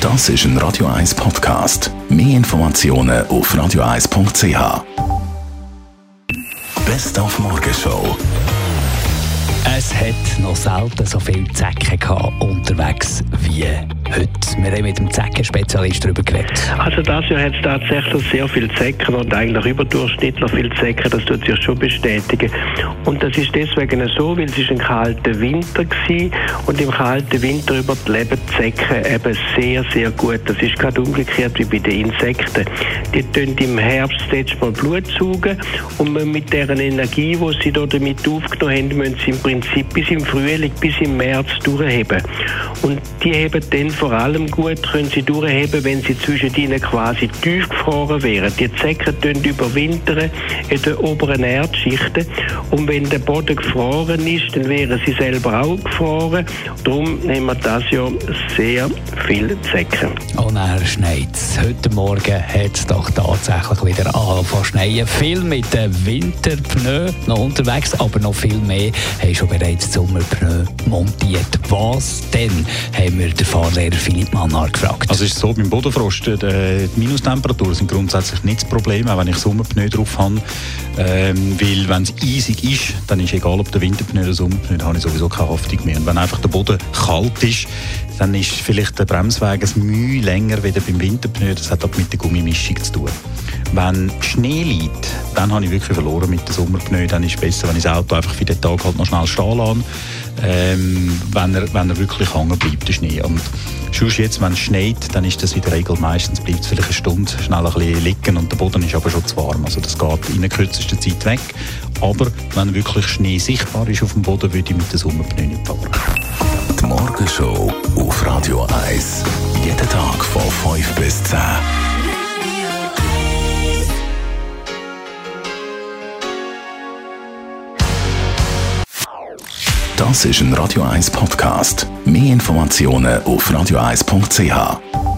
Das ist ein Radio 1 Podcast. Mehr Informationen auf radio1.ch. Best auf Morgenshow. Es hat noch selten so viele Zecken unterwegs wie heute. Wir haben mit dem Zeckenspezialist darüber geredet. Also das Jahr hat es tatsächlich sehr viele Zecken und eigentlich überdurchschnittlich viele Zecken, das tut sich schon bestätigen. Und das ist deswegen so, weil es ist ein kalter Winter war und im kalten Winter überleben die Zecken eben sehr, sehr gut. Das ist gerade umgekehrt wie bei den Insekten. Die tun im Herbst jetzt mal Blut saugen und mit deren Energie, die sie da damit aufgenommen haben, müssen sie im Prinzip bis im Frühling, bis im März durchheben. Und die heben dann vor allem gut, können sie durchheben, wenn sie zwischen ihnen quasi tiefgefroren wären. Die Zecken überwintern in den oberen Erdschichten und wenn der Boden gefroren ist, dann wären sie selber auch gefroren. Darum nehmen wir das Jahr sehr viele Zecken. Und dann schneit es. Heute Morgen hat es doch tatsächlich wieder angefangen zu schneien. Viel mit den Winterpneu noch unterwegs, aber noch viel mehr haben schon bereits die Sommerpneu montiert. Was denn, haben wir den Fahrlehrer Philipp Mannhardt gefragt. Also es ist so, beim Bodenfrost, die Minustemperaturen sind grundsätzlich nicht das Problem, auch wenn ich Sommerpneu drauf habe. Weil wenn es eisig ist, dann ist egal, ob der Winterpneu oder der Sommerpneu, dann habe ich sowieso keine Haftung mehr. Und wenn einfach der Boden kalt ist, dann ist vielleicht der Bremsweg ein Mühe länger als beim Winterpneu. Das hat auch mit der Gummimischung zu tun. Wenn Schnee liegt, dann habe ich wirklich verloren mit dem Sommerpneu. Dann ist es besser, wenn ich das Auto einfach für den Tag halt noch schnell stehen lasse, wenn er wirklich hängen bleibt, der Schnee. Und sonst jetzt, wenn es schneit, dann ist das in der Regel meistens, bleibt es vielleicht eine Stunde schnell ein bisschen liegen und der Boden ist aber schon zu warm. Also das geht in der kürzesten Zeit weg. Aber wenn wirklich Schnee sichtbar ist auf dem Boden, würde ich mit dem Sommerpneu nicht fahren. Die Morgenshow auf Radio 1. Jeden Tag von 5 bis 10. Das ist ein Radio 1 Podcast. Mehr Informationen auf radio1.ch.